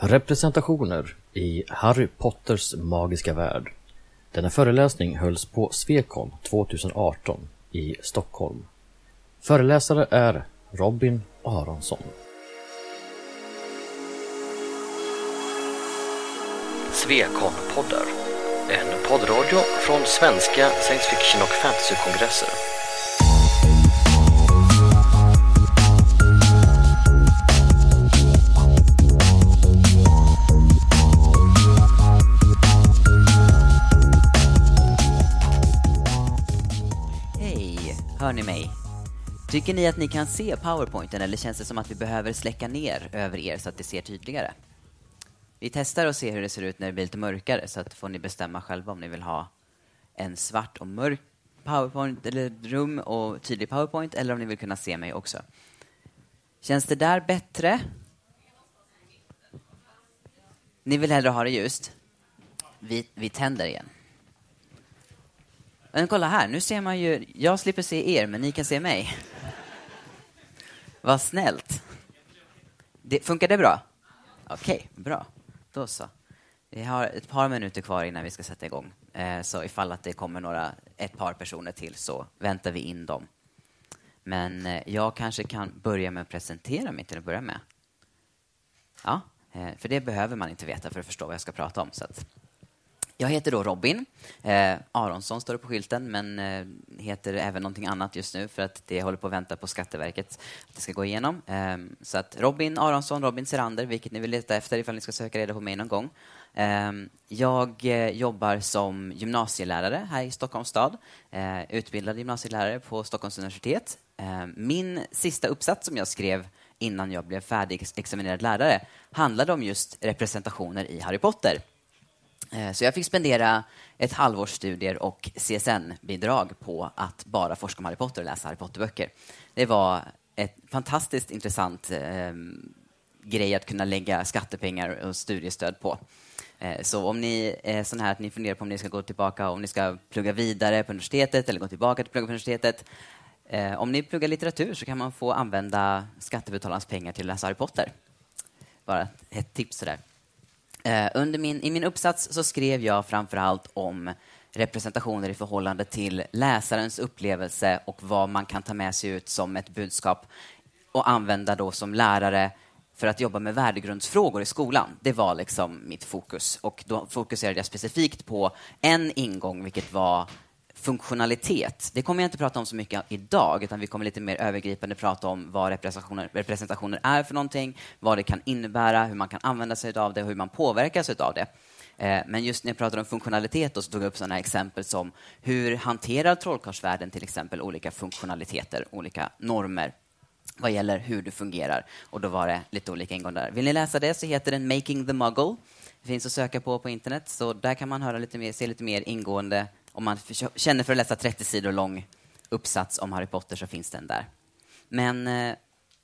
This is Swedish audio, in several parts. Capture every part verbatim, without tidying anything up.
Representationer i Harry Potters magiska värld. Denna föreläsning hölls på Swecon tjugoarton i Stockholm. Föreläsare är Robin Aronsson. Swecon-poddar. En poddradio från svenska science fiction och fantasy-kongresser. Hör ni mig? Tycker ni att ni kan se PowerPointen eller känns det som att vi behöver släcka ner över er så att det ser tydligare? Vi testar och ser hur det ser ut när det blir lite mörkare, så att får ni bestämma själva om ni vill ha en svart och mörk PowerPoint eller rum och tydlig PowerPoint, eller om ni vill kunna se mig också. Känns det där bättre? Ni vill hellre ha det ljust? Vi, vi tänder igen. Men kolla här, nu ser man ju, jag slipper se er, men ni kan se mig. Vad snällt. Det, funkar det bra? Okej, okay, bra. Då så. Vi har ett par minuter kvar innan vi ska sätta igång. Eh, så ifall att det kommer några, ett par personer till så väntar vi in dem. Men eh, jag kanske kan börja med att presentera mig till att börja med. Ja, eh, för det behöver man inte veta för att förstå vad jag ska prata om. Så att jag heter då Robin. Eh, Aronsson står det på skylten, men eh, heter även någonting annat just nu för att det håller på att vänta på Skatteverket att det ska gå igenom. Eh, så att Robin Aronsson, Robin Serander, vilket ni vill leta efter ifall ni ska söka reda på mig någon gång. Eh, jag eh, jobbar som gymnasielärare här i Stockholms stad. Eh, utbildad gymnasielärare på Stockholms universitet. Eh, min sista uppsats som jag skrev innan jag blev färdigexaminerad lärare handlade om just representationer i Harry Potter. Så jag fick spendera ett halvårs studier och C S N-bidrag på att bara forska om Harry Potter och läsa Harry Potter-böcker. Det var ett fantastiskt intressant eh, grej att kunna lägga skattepengar och studiestöd på. Eh, så om ni är sån här att ni funderar på om ni ska gå tillbaka, om ni ska plugga vidare på universitetet eller gå tillbaka till plugga på universitetet. Eh, om ni pluggar litteratur så kan man få använda skattebetalarnas pengar till att läsa Harry Potter. Bara ett tips sådär. Uh, under min, I min uppsats så skrev jag framförallt om representationer i förhållande till läsarens upplevelse och vad man kan ta med sig ut som ett budskap och använda då som lärare för att jobba med värdegrundsfrågor i skolan. Det var liksom mitt fokus, och då fokuserade jag specifikt på en ingång, vilket var funktionalitet. Det kommer jag inte prata om så mycket idag, utan vi kommer lite mer övergripande prata om vad representationer, representationer är för någonting, vad det kan innebära, hur man kan använda sig av det och hur man påverkas av det. Eh, men just när jag pratade om funktionalitet så tog jag upp sådana exempel som hur hanterar trollkarlsvärlden till exempel olika funktionaliteter, olika normer vad gäller hur det fungerar. Och då var det lite olika ingångar där. Vill ni läsa det så heter den Making the Muggle. Det finns att söka på på internet, så där kan man höra lite mer, se lite mer ingående. Om man känner för att läsa trettio sidor lång uppsats om Harry Potter så finns den där. Men eh,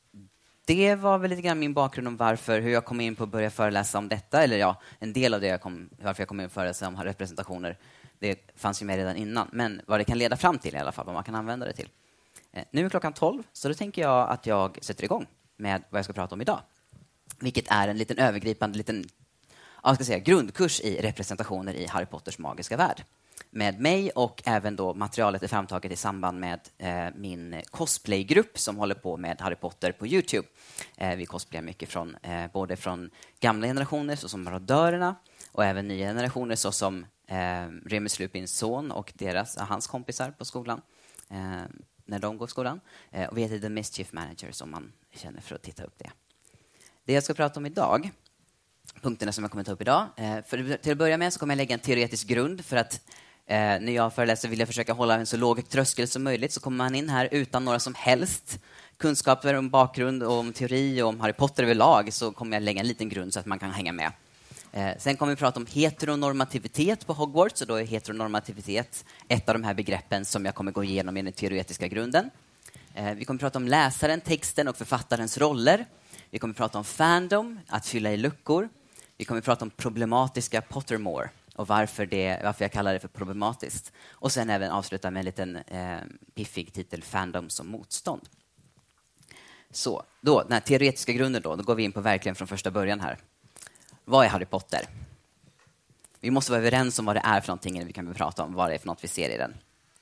det var väl lite grann min bakgrund om varför, hur jag kom in på att börja föreläsa om detta. Eller ja, en del av det jag kom, varför jag kom in på att föreläsa om representationer. Det fanns ju med redan innan. Men vad det kan leda fram till i alla fall, vad man kan använda det till. Eh, nu är klockan tolv, så då tänker jag att jag sätter igång med vad jag ska prata om idag. Vilket är en liten övergripande liten, jag ska säga, grundkurs i representationer i Harry Potters magiska värld. Med mig, och även då materialet är framtaget i samband med eh, min cosplaygrupp som håller på med Harry Potter på YouTube. Eh, vi cosplayar mycket från eh, både från gamla generationer såsom Marodörerna och även nya generationer såsom eh, Remus Lupins son och deras, hans kompisar på skolan eh, när de går i skolan. Eh, och vi heter The Mischief Managers om man känner för att titta upp det. Det jag ska prata om idag, punkterna som jag kommer ta upp idag. Eh, för, till att börja med så kommer jag lägga en teoretisk grund för att Eh, när jag föreläser vill jag försöka hålla en så låg tröskel som möjligt, så kommer man in här utan några som helst kunskaper om bakgrund och om teori och om Harry Potter överlag, så kommer jag lägga en liten grund så att man kan hänga med. Eh, sen kommer vi prata om heteronormativitet på Hogwarts, och då är heteronormativitet ett av de här begreppen som jag kommer gå igenom i den teoretiska grunden. Eh, vi kommer prata om läsaren, texten och författarens roller. Vi kommer prata om fandom, att fylla i luckor. Vi kommer prata om problematiska Pottermore och varför, det, varför jag kallar det för problematiskt. Och sen även avsluta med en liten eh, piffig titel, Fandom som motstånd. Så, då, den här teoretiska grunden då, då går vi in på verkligen från första början här. Vad är Harry Potter? Vi måste vara överens om vad det är för någonting innan vi kan prata om vad det är för något vi ser i den.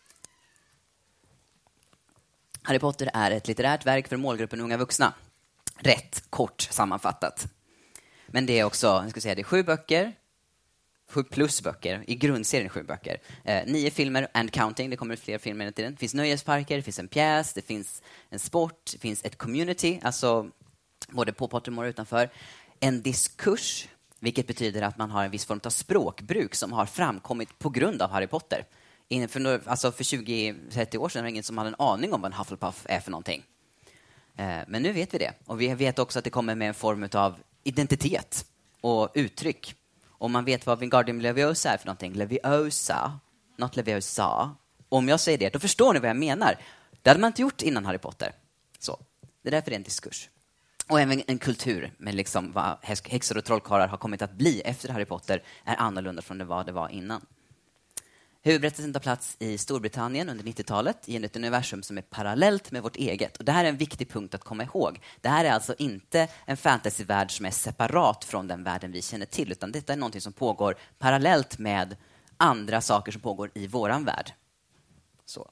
Harry Potter är ett litterärt verk för målgruppen unga vuxna. Rätt kort sammanfattat. Men det är också, jag ska säga, det är sju böcker, sju plus böcker, i grundserien sju böcker. Eh, nio filmer and counting, det kommer fler filmer hela tiden. Det finns nöjesparker, det finns en pjäs, det finns en sport, det finns ett community, alltså både på Pottermore och utanför. En diskurs, vilket betyder att man har en viss form av språkbruk som har framkommit på grund av Harry Potter. För, alltså för tjugo till trettio år sedan var det ingen som hade en aning om vad en Hufflepuff är för någonting. Eh, men nu vet vi det. Och vi vet också att det kommer med en form av identitet och uttryck. Och man vet vad Wingardium Leviosa är för någonting. Leviosa, not Leviosa. Om jag säger det, då förstår ni vad jag menar. Det hade man inte gjort innan Harry Potter. Så, det är därför det är en diskurs. Och även en kultur med liksom vad häxor och trollkarlar har kommit att bli efter Harry Potter är annorlunda från det vad det var innan. Huvudberättelsen tar plats i Storbritannien under nittiotalet i ett universum som är parallellt med vårt eget. Och det här är en viktig punkt att komma ihåg. Det här är alltså inte en fantasyvärld som är separat från den världen vi känner till, utan detta är någonting som pågår parallellt med andra saker som pågår i våran värld. Så.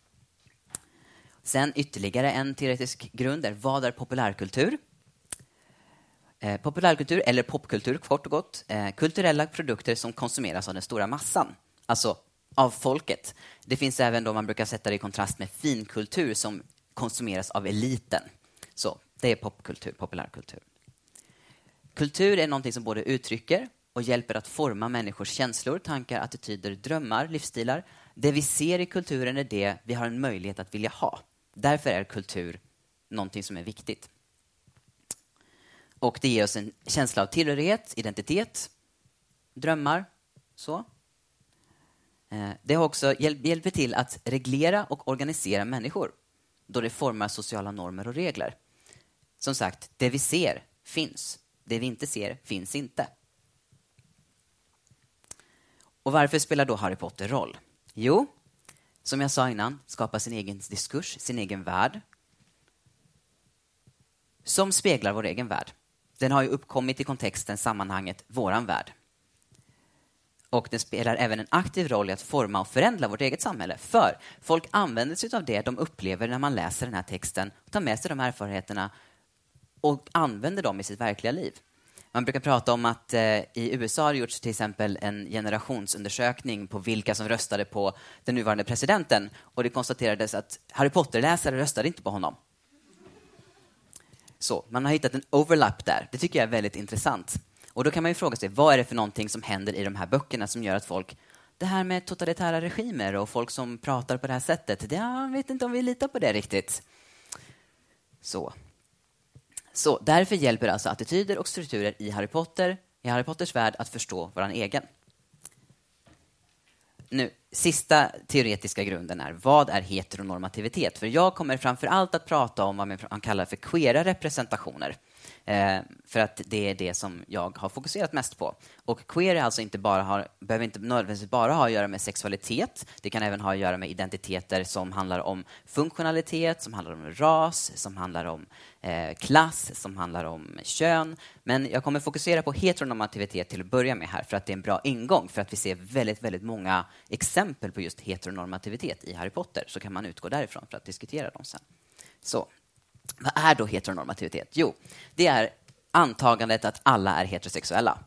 Sen ytterligare en teoretisk grund är vad är populärkultur? Eh, populärkultur, eller popkultur kort och gott, eh, kulturella produkter som konsumeras av den stora massan. Alltså av folket. Det finns även då man brukar sätta det i kontrast med finkultur som konsumeras av eliten. Så det är popkultur, populärkultur. Kultur är någonting som både uttrycker och hjälper att forma människors känslor, tankar, attityder, drömmar, livsstilar. Det vi ser i kulturen är det vi har en möjlighet att vilja ha. Därför är kultur någonting som är viktigt. Och det ger oss en känsla av tillhörighet, identitet, drömmar, så. Det har också hjälp, hjälper till att reglera och organisera människor då det formar sociala normer och regler. Som sagt, det vi ser finns. Det vi inte ser finns inte. Och varför spelar då Harry Potter roll? Jo, som jag sa innan, skapa sin egen diskurs, sin egen värld som speglar vår egen värld. Den har ju uppkommit i kontexten, sammanhanget, våran värld. Och den spelar även en aktiv roll i att forma och förändra vårt eget samhälle. För folk använder sig av det de upplever när man läser den här texten, och tar med sig de här erfarenheterna och använder dem i sitt verkliga liv. Man brukar prata om att eh, i U S A har det gjorts till exempel en generationsundersökning på vilka som röstade på den nuvarande presidenten. Och det konstaterades att Harry Potter-läsare röstade inte på honom. Så, man har hittat en overlap där. Det tycker jag är väldigt intressant. Och då kan man ju fråga sig, vad är det för någonting som händer i de här böckerna som gör att folk, det här med totalitära regimer och folk som pratar på det här sättet, det, jag vet inte om vi litar på det riktigt. Så. Så därför hjälper alltså attityder och strukturer i Harry Potter, i Harry Potters värld att förstå våran egen. Nu, sista teoretiska grunden är, vad är heteronormativitet? För jag kommer framför allt att prata om vad man kallar för queera representationer. Eh, för att det är det som jag har fokuserat mest på. Och queer är alltså inte bara har, behöver inte nödvändigtvis bara ha att göra med sexualitet. Det kan även ha att göra med identiteter som handlar om funktionalitet, som handlar om ras, som handlar om eh, klass, som handlar om kön. Men jag kommer fokusera på heteronormativitet till att börja med här, för att det är en bra ingång, för att vi ser väldigt, väldigt många exempel på just heteronormativitet i Harry Potter. Så kan man utgå därifrån för att diskutera dem sen. Så. Vad är då heteronormativitet? Jo, det är antagandet att alla är heterosexuella.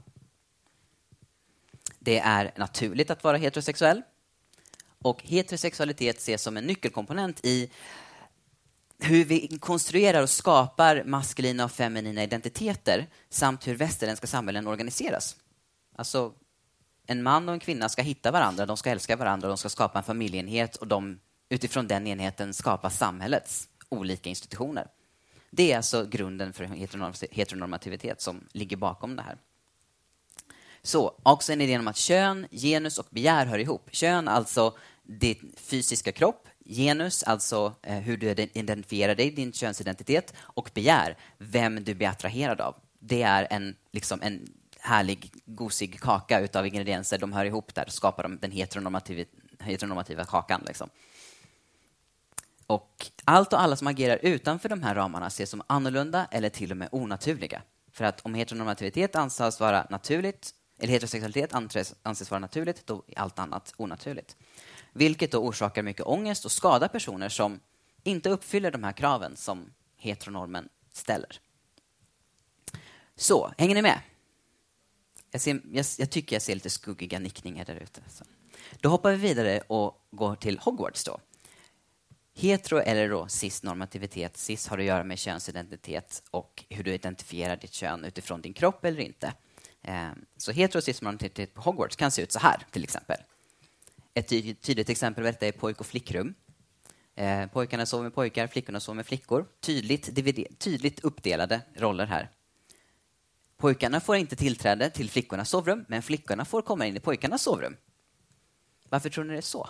Det är naturligt att vara heterosexuell. Och heterosexualitet ses som en nyckelkomponent i hur vi konstruerar och skapar maskulina och feminina identiteter samt hur västerländska samhällen organiseras. Alltså, en man och en kvinna ska hitta varandra, de ska älska varandra, de ska skapa en familjeenhet och de utifrån den enheten skapa samhällets olika institutioner. Det är alltså grunden för heteronormativitet som ligger bakom det här. Så, också en idé om att kön, genus och begär hör ihop. Kön, alltså din fysiska kropp. Genus, alltså eh, hur du identifierar dig, din könsidentitet. Och begär, vem du blir attraherad av. Det är en, liksom en härlig, gosig kaka utav ingredienser. De hör ihop där och skapar de den heteronormativa, heteronormativa kakan. Liksom. Och allt och alla som agerar utanför de här ramarna ses som annorlunda eller till och med onaturliga. För att om heteronormativitet anses vara naturligt, eller heterosexualitet anses, anses vara naturligt, då är allt annat onaturligt. Vilket då orsakar mycket ångest och skadar personer som inte uppfyller de här kraven som heteronormen ställer. Så, hänger ni med? Jag, ser, jag, jag tycker jag ser lite skuggiga nickningar där ute. Så. Då hoppar vi vidare och går till Hogwarts då. Hetero eller då cis-normativitet. Cis har att göra med könsidentitet och hur du identifierar ditt kön utifrån din kropp eller inte. Så hetero och cis-normativitet på Hogwarts kan se ut så här till exempel. Ett ty- tydligt exempel på detta är pojk- och flickrum. Eh, pojkarna sover med pojkar, flickorna sover med flickor. Tydligt, D V D, tydligt uppdelade roller här. Pojkarna får inte tillträde till flickornas sovrum, men flickorna får komma in i pojkarnas sovrum. Varför tror ni det är så?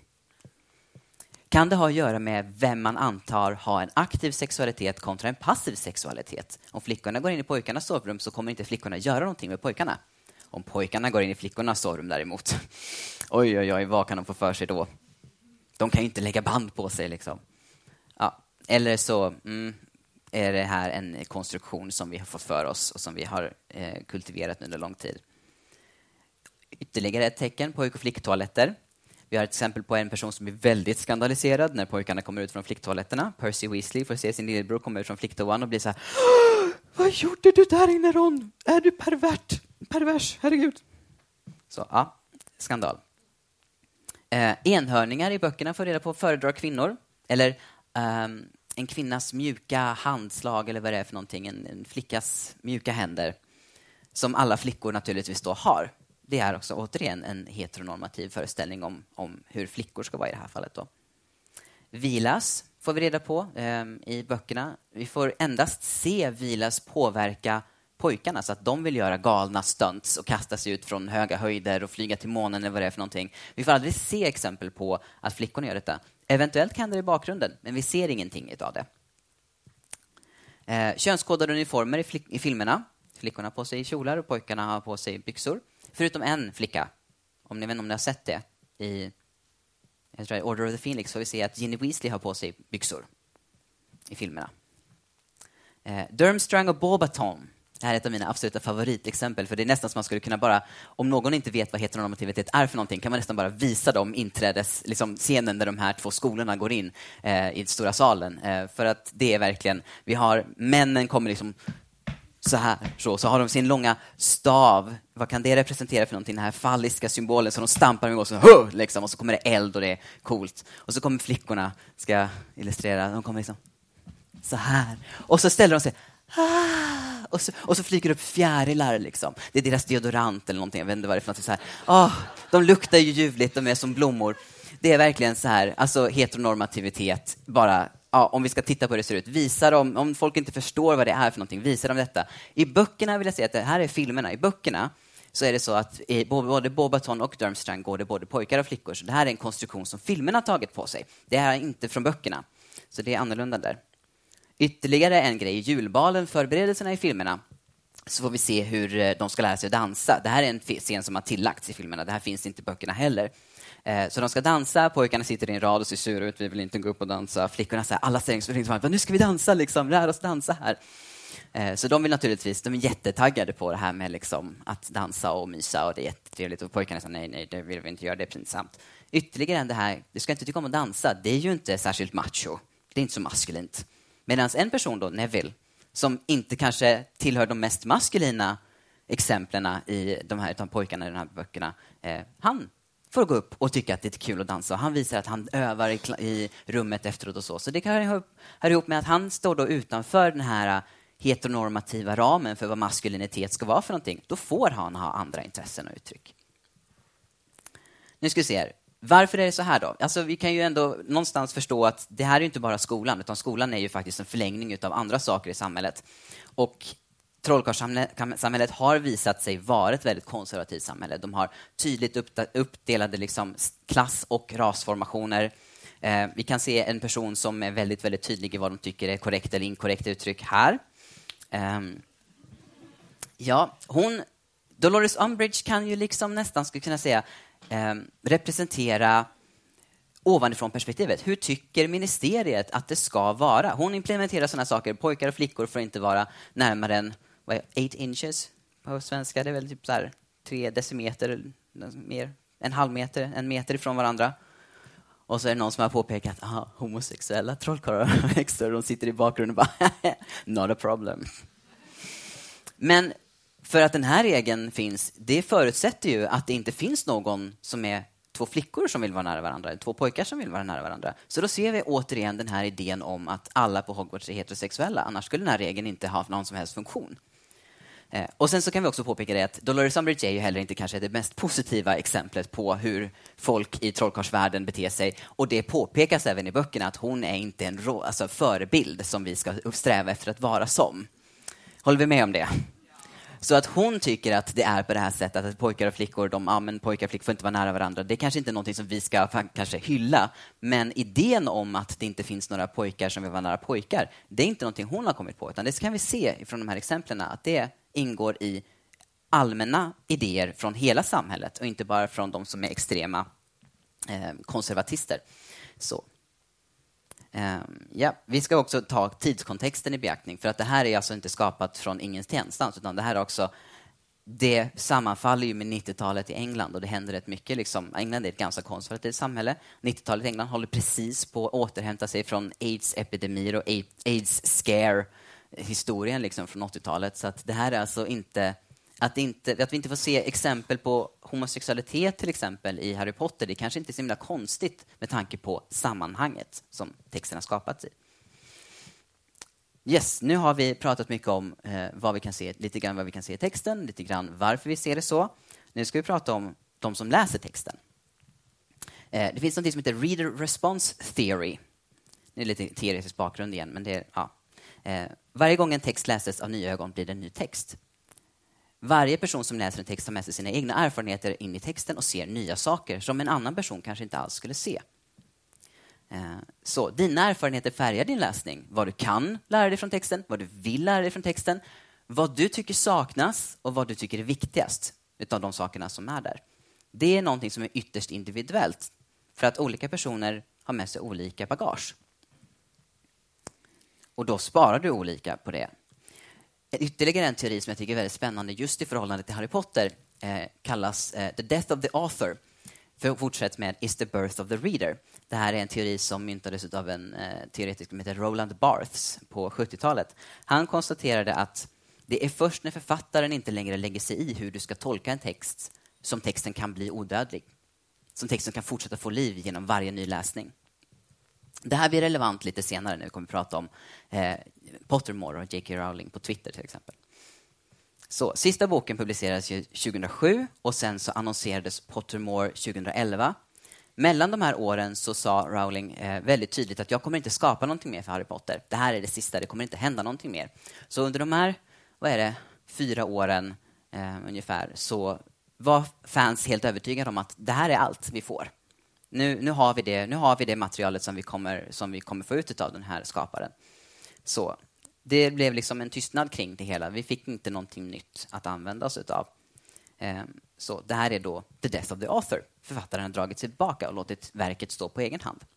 Kan det ha att göra med vem man antar har en aktiv sexualitet kontra en passiv sexualitet? Om flickorna går in i pojkarnas sovrum så kommer inte flickorna göra någonting med pojkarna. Om pojkarna går in i flickornas sovrum däremot. Oj, oj, oj, vad kan de få för sig då? De kan ju inte lägga band på sig liksom. Ja, eller så mm, är det här en konstruktion som vi har fått för oss och som vi har eh, kultiverat under lång tid. Ytterligare ett tecken, pojk- och flicktoaletter. Vi har ett exempel på en person som är väldigt skandaliserad när pojkarna kommer ut från flicktoaletterna. Percy Weasley får se sin lillebror komma ut från flicktoan och blir så här: vad gjorde du där inne, Ron? Är du pervert? Pervers, herregud. Så, ja, skandal. Eh, enhörningar i böckerna får reda på föredrar kvinnor. Eller um, en kvinnas mjuka handslag eller vad det är för någonting. En, en flickas mjuka händer. Som alla flickor naturligtvis då har. Det är också återigen en heteronormativ föreställning om, om hur flickor ska vara i det här fallet då. Vilas får vi reda på eh, i böckerna. Vi får endast se Vilas påverka pojkarna så att de vill göra galna stunts och kasta sig ut från höga höjder och flyga till månen eller vad det är för någonting. Vi får aldrig se exempel på att flickorna gör detta. Eventuellt kan det i bakgrunden, men vi ser ingenting av det. Eh, könskodade uniformer i, flick- i filmerna. Flickorna har på sig kjolar och pojkarna har på sig byxor. Förutom en flicka, om ni vet om ni har sett det, i jag tror, Order of the Phoenix får vi se att Ginny Weasley har på sig byxor i filmerna. Eh, Durmstrang och Beauxbaton. Det här är ett av mina absoluta favoritexempel, för det är nästan som man skulle kunna bara, om någon inte vet vad heteronormativitet är för någonting, kan man nästan bara visa dem inträdes, liksom scenen där de här två skolorna går in eh, i stora salen. Eh, för att det är verkligen, vi har, männen kommer liksom så här, så, så har de sin långa stav. Vad kan det representera för någonting? Den här falliska symbolen som de stampar med och så, huh, liksom, och så kommer det eld och det är coolt. Och så kommer flickorna, ska jag illustrera, de kommer liksom så här. Och så ställer de sig ah, och, så, och så flyger upp fjärilar liksom. Det är deras deodorant eller någonting, jag vet inte vad det är för någonting så här. Oh, de luktar ju ljuvligt, de är som blommor. Det är verkligen så här, alltså heteronormativitet, bara, ja, om vi ska titta på hur det ser ut, visar dem, om folk inte förstår vad det är för någonting, visar dem detta. I böckerna vill jag säga att det här är filmerna, i böckerna så är det så att i både Beauxbaton och Durmstrang går det både pojkar och flickor, så det här är en konstruktion som filmerna har tagit på sig. Det här är inte från böckerna, så det är annorlunda där. Ytterligare en grej, julbalen, förberedelserna i filmerna, så får vi se hur de ska lära sig att dansa. Det här är en scen som har tillagts i filmerna, det här finns inte i böckerna heller. Så de ska dansa, pojkarna sitter i en rad och ser sura ut, vi vill inte gå upp och dansa. Flickorna säger, alla säger, nu ska vi dansa liksom, lär oss dansa här. Så de vill naturligtvis, de är jättetaggade på det här med liksom att dansa och mysa, och det är jättetrevligt. Och pojkarna säger, nej, nej, det vill vi inte göra, det är pinsamt. Ytterligare än det här, du ska inte tycka om att dansa, det är ju inte särskilt macho. Det är inte så maskulint. Medan en person då, Neville, som inte kanske tillhör de mest maskulina exemplen i de här, utan pojkarna i de här böckerna, eh, han får gå upp och tycka att det är kul att dansa. Han visar att han övar i, i rummet efteråt och så. Så det kan hör, hör ihop med att han står då utanför den här heteronormativa ramen för vad maskulinitet ska vara för någonting. Då får han ha andra intressen och uttryck. Nu ska vi se här. Varför är det så här då? Alltså vi kan ju ändå någonstans förstå att det här är ju inte bara skolan, utan skolan är ju faktiskt en förlängning av andra saker i samhället. Och trollkarlssamhället har visat sig vara ett väldigt konservativt samhälle. De har tydligt uppdelade liksom klass- och rasformationer. Eh, vi kan se en person som är väldigt, väldigt tydlig i vad de tycker är korrekt eller inkorrekt uttryck här. Eh, ja, hon, Dolores Umbridge kan ju liksom nästan, skulle kunna säga, eh, representera ovanifrån perspektivet. Hur tycker ministeriet att det ska vara? Hon implementerar sådana saker. Pojkar och flickor får inte vara närmare än vad är eight inches på svenska? Det är väl typ så här tre decimeter, mer, en halv meter, en meter ifrån varandra. Och så är det någon som har påpekat att homosexuella trollkarlar extra, de sitter i bakgrunden och bara not a problem. Men för att den här regeln finns, det förutsätter ju att det inte finns någon som är två flickor som vill vara nära varandra, två pojkar som vill vara nära varandra. Så då ser vi återigen den här idén om att alla på Hogwarts är heterosexuella, annars skulle den här regeln inte ha någon som helst funktion. Eh, och sen så kan vi också påpeka det att Dolores Umbridge är ju heller inte kanske det mest positiva exemplet på hur folk i trollkarlsvärlden beter sig. Och det påpekas även i böckerna att hon är inte en rå, alltså förebild som vi ska sträva efter att vara som. Håller vi med om det? Så att hon tycker att det är på det här sättet att pojkar och flickor, de, ja, men pojkar och flickor får inte vara nära varandra. Det är kanske inte någonting som vi ska kanske hylla. Men idén om att det inte finns några pojkar som vill vara nära pojkar, det är inte någonting hon har kommit på. Utan det kan vi se från de här exemplen att det ingår i allmänna idéer från hela samhället och inte bara från de som är extrema eh, konservatister. Så. Um, ja, vi ska också ta tidskontexten i beaktning, för att det här är alltså inte skapat från ingenstans, utan det här är också, det sammanfaller ju med nittiotalet i England och det händer rätt mycket. Liksom, England är ett ganska konservativt samhälle. nittiotalet i England håller precis på att återhämta sig från AIDS-epidemier och AIDS-scare-historien liksom från åttiotalet. Så att det här är alltså inte att, inte, att vi inte får se exempel på homosexualitet till exempel i Harry Potter, det kanske inte är så himla konstigt med tanke på sammanhanget som texten har skapats i. Yes, nu har vi pratat mycket om eh, vad vi kan se, lite grann vad vi kan se i texten, lite grann varför vi ser det så. Nu ska vi prata om de som läser texten. Eh, det finns något som heter Reader Response Theory. Det är lite teoretisk bakgrund igen, men det är, ja. Eh, varje gång en text läses av nya ögon blir det en ny text. Varje person som läser en text har med sig sina egna erfarenheter in i texten och ser nya saker som en annan person kanske inte alls skulle se. Så dina erfarenheter färgar din läsning. Vad du kan lära dig från texten, vad du vill lära dig från texten, vad du tycker saknas och vad du tycker är viktigast utav de sakerna som är där. Det är någonting som är ytterst individuellt, för att olika personer har med sig olika bagage. Och då sparar du olika på det. Ytterligare en teori som jag tycker är väldigt spännande just i förhållande till Harry Potter eh, kallas eh, The Death of the Author. För att fortsätta med Is the Birth of the Reader. Det här är en teori som myntades av en eh, teoretiker som heter Roland Barthes på sjuttiotalet. Han konstaterade att det är först när författaren inte längre lägger sig i hur du ska tolka en text som texten kan bli odödlig. Som texten kan fortsätta få liv genom varje ny läsning. Det här blir relevant lite senare när vi kommer att prata om eh, Pottermore och J K Rowling på Twitter till exempel. Så, sista boken publicerades ju tjugohundrasju och sen så annonserades Pottermore tjugohundraelva. Mellan de här åren så sa Rowling eh, väldigt tydligt att jag kommer inte skapa någonting mer för Harry Potter. Det här är det sista, det kommer inte hända någonting mer. Så under de här, vad är det, fyra åren eh, ungefär så var fans helt övertygade om att det här är allt vi får. Nu, nu, har vi det, nu har vi det materialet som vi kommer, som vi kommer få ut av den här skaparen. Så det blev liksom en tystnad kring det hela. Vi fick inte någonting nytt att använda oss utav. Eh, så det här är då The Death of the Author. Författaren har dragit sig tillbaka och låtit verket stå på egen hand.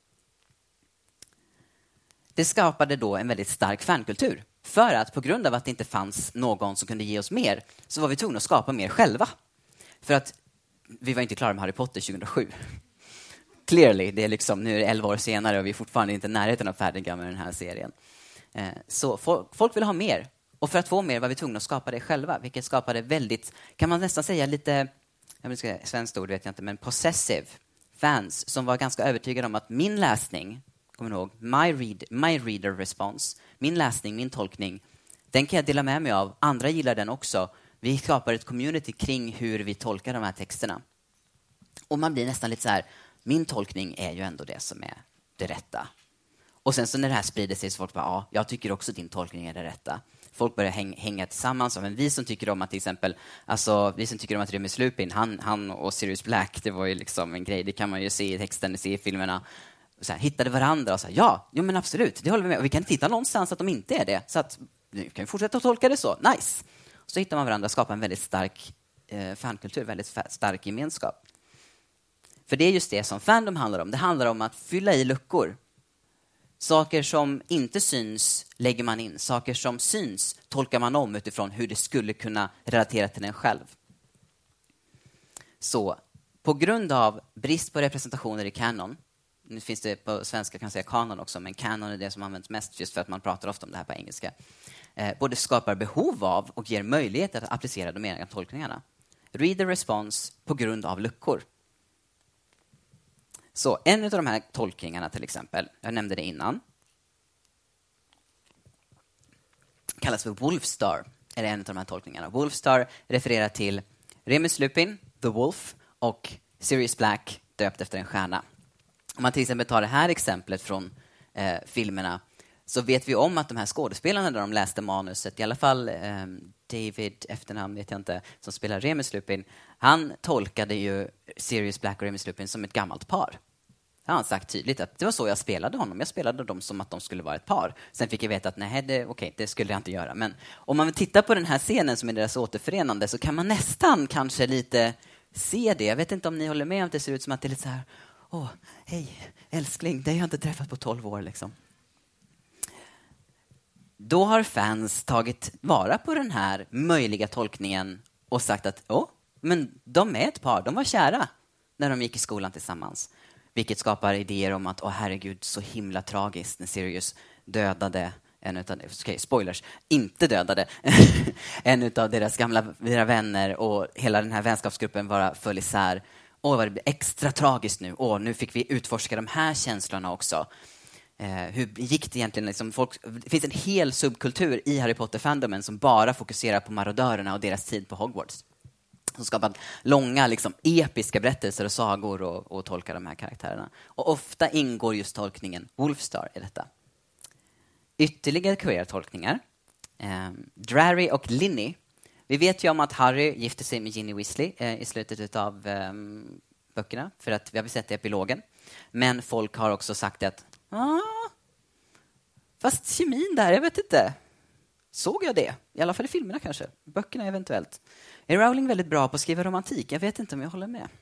Det skapade då en väldigt stark fankultur. För att på grund av att det inte fanns någon som kunde ge oss mer så var vi tvungna att skapa mer själva. För att vi var inte klara med Harry Potter tjugohundrasju. Clearly, det är liksom, nu är det elva år senare och vi är fortfarande inte i närheten av färdiga med den här serien. Eh, så folk, folk vill ha mer. Och för att få mer var vi tvungna att skapa det själva. Vilket skapade väldigt, kan man nästan säga lite, jag vill säga svenskt ord vet jag inte, men possessive fans som var ganska övertygade om att min läsning, kommer ni ihåg, my, read, my reader response, min läsning, min tolkning, den kan jag dela med mig av. Andra gillar den också. Vi skapar ett community kring hur vi tolkar de här texterna. Och man blir nästan lite så här, min tolkning är ju ändå det som är det rätta. Och sen så när det här sprider sig så folk bara, ja, jag tycker också din tolkning är det rätta. Folk börjar häng, hänga tillsammans. Men vi som tycker om att till exempel, alltså vi som tycker om att Remus Lupin, han, han och Sirius Black, det var ju liksom en grej. Det kan man ju se i texten, se i filmerna. Så här, hittade varandra och sa, ja, jo men absolut, det håller vi med. Och vi kan inte hitta någonstans att de inte är det. Så att nu kan vi fortsätta att tolka det så. Nice! Så hittar man varandra och skapar en väldigt stark eh, fankultur, väldigt stark gemenskap. För det är just det som fandom handlar om. Det handlar om att fylla i luckor. Saker som inte syns lägger man in. Saker som syns tolkar man om utifrån hur det skulle kunna relatera till en själv. Så på grund av brist på representationer i kanon, nu finns det på svenska kan man säga kanon också, men kanon är det som används mest just för att man pratar ofta om det här på engelska. Eh, både skapar behov av och ger möjlighet att applicera de egna tolkningarna. Reader response på grund av luckor. Så en av de här tolkningarna till exempel, jag nämnde det innan, kallas för Wolfstar, är en av de här tolkningarna. Wolfstar refererar till Remus Lupin, The Wolf, och Sirius Black, döpt efter en stjärna. Om man till exempel tar det här exemplet från eh, filmerna, så vet vi om att de här skådespelarna där de läste manuset, i alla fall eh, David, efternamn vet jag inte, som spelar Remus Lupin, han tolkade ju Sirius Black och Remus Lupin som ett gammalt par. Han har sagt tydligt att det var så jag spelade honom. Jag spelade dem som att de skulle vara ett par. Sen fick jag veta att nej, det, okej, det skulle jag inte göra. Men om man vill titta på den här scenen som är deras återförenande, så kan man nästan kanske lite se det. Jag vet inte om ni håller med om att det ser ut som att det är lite så här, åh, hej, älskling, det har jag inte träffat på tolv år liksom. Då har fans tagit vara på den här möjliga tolkningen och sagt att, åh, men de är ett par, de var kära när de gick i skolan tillsammans. Vilket skapar idéer om att, åh herregud, så himla tragiskt när Sirius dödade en utav, okay, spoilers, inte dödade en utav deras gamla deras vänner, och hela den här vänskapsgruppen bara föll isär. Åh, vad det blir extra tragiskt nu. Åh, nu fick vi utforska de här känslorna också. Eh, hur gick det egentligen? Liksom, folk, det finns en hel subkultur i Harry Potter-fandomen som bara fokuserar på marodörerna och deras tid på Hogwarts. Som skapat långa, liksom, episka berättelser och sagor och, och tolkar de här karaktärerna. Och ofta ingår just tolkningen Wolfstar i detta. Ytterligare queer-tolkningar. Eh, Drarry och Linny. Vi vet ju om att Harry gifte sig med Ginny Weasley eh, i slutet av eh, böckerna. För att vi har sett det i epilogen. Men folk har också sagt att ah, fast kemin där, jag vet inte. Såg jag det? I alla fall i filmerna kanske. Böckerna eventuellt. Är Rowling väldigt bra på att skriva romantik? Jag vet inte om jag håller med.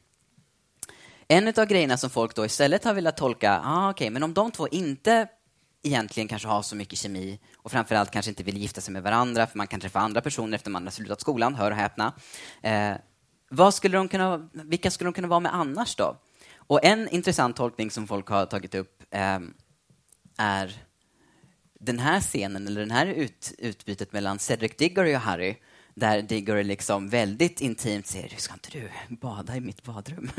En av grejerna som folk då istället har velat tolka, ah, okej, okay, men om de två inte egentligen kanske har så mycket kemi och framförallt kanske inte vill gifta sig med varandra, för man kan träffa andra personer efter man har slutat skolan, hör och häpna. Eh, vad skulle de kunna, vilka skulle de kunna vara med annars då? Och en intressant tolkning som folk har tagit upp eh, är den här scenen, eller den här ut, utbytet mellan Cedric Diggory och Harry, där Diggory liksom väldigt intimt säger, ska inte du bada i mitt badrum?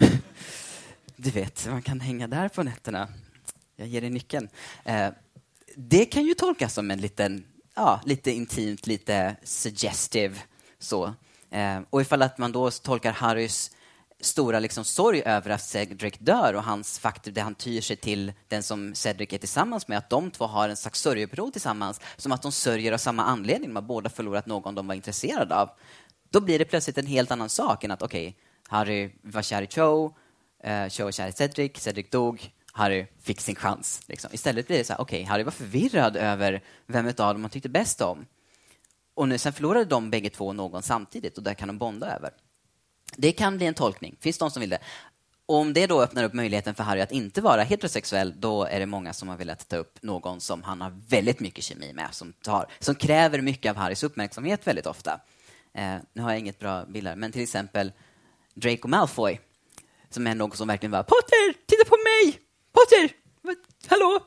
Du vet, man kan hänga där på nätterna. Jag ger dig nyckeln. Eh, det kan ju tolkas som en liten, ja, lite intimt, lite suggestive så. Eh, och ifall att man då tolkar Harrys stora liksom sorg över att Cedric dör och hans faktor, det han tyr sig till den som Cedric är tillsammans med, att de två har en slags sörjeperiod tillsammans, som att de sörjer av samma anledning, de har båda förlorat någon de var intresserade av. Då blir det plötsligt en helt annan sak än att okej, okay, Harry var kär i Cho, uh, Cho var kär i Cedric, Cedric dog, Harry fick sin chans. Liksom. Istället blir det så här, okej, okay, Harry var förvirrad över vem av dem man tyckte bäst om. Och nu sen förlorade de bägge två någon samtidigt, och där kan de bonda över. Det kan bli en tolkning. Finns de som vill det? Och om det då öppnar upp möjligheten för Harry att inte vara heterosexuell, då är det många som har velat ta upp någon som han har väldigt mycket kemi med, som, tar, som kräver mycket av Harrys uppmärksamhet väldigt ofta. Eh, nu har jag inget bra bilder, men till exempel Draco Malfoy, som är någon som verkligen var Potter, titta på mig! Potter! Hallå?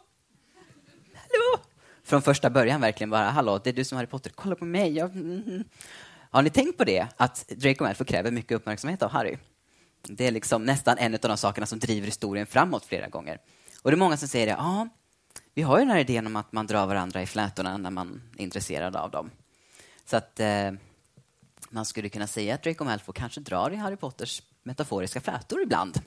Hallå? Från första början verkligen bara, hallå, det är du som Harry Potter, kolla på mig. Jag... Mm. Har ni tänkt på det? Att Draco Malfoy kräver mycket uppmärksamhet av Harry. Det är liksom nästan en av de sakerna som driver historien framåt flera gånger. Och det är många som säger det, ja, vi har ju den här idén om att man drar varandra i flätorna när man är intresserad av dem. Så att eh, man skulle kunna säga att Draco Malfoy kanske drar i Harry Potters metaforiska flätor ibland.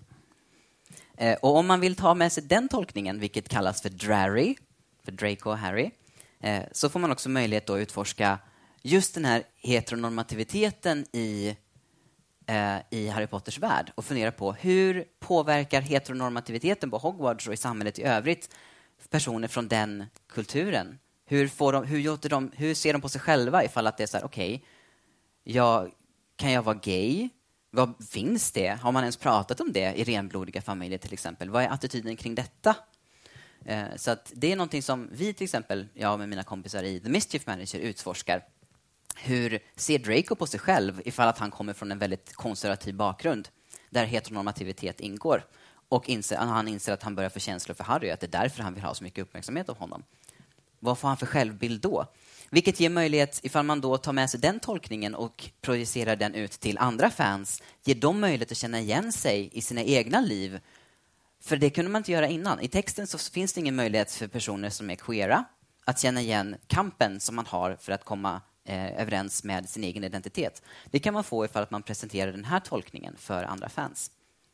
Eh, och om man vill ta med sig den tolkningen, vilket kallas för Drarry, för Draco och Harry, eh, så får man också möjlighet att utforska just den här heteronormativiteten i, eh, i Harry Potters värld och fundera på hur påverkar heteronormativiteten på Hogwarts och i samhället i övrigt personer från den kulturen. Hur, får de, hur, gör de, hur ser de på sig själva ifall att det är så här, okej, okay, jag, kan jag vara gay? Vad finns det? Har man ens pratat om det i renblodiga familjer till exempel? Vad är attityden kring detta? Eh, så att det är någonting som vi till exempel, jag med mina kompisar i The Mischief Manager utforskar. Hur ser Draco på sig själv ifall att han kommer från en väldigt konservativ bakgrund där heteronormativitet ingår? Och inser, han inser att han börjar få känslor för Harry, att det är därför han vill ha så mycket uppmärksamhet av honom. Vad får han för självbild då? Vilket ger möjlighet, ifall man då tar med sig den tolkningen och projicerar den ut till andra fans, ger dem möjlighet att känna igen sig i sina egna liv. För det kunde man inte göra innan. I texten så finns det ingen möjlighet för personer som är queera att känna igen kampen som man har för att komma eh, överens med sin egen identitet. Det kan man få ifall att man presenterar den här tolkningen för andra fans.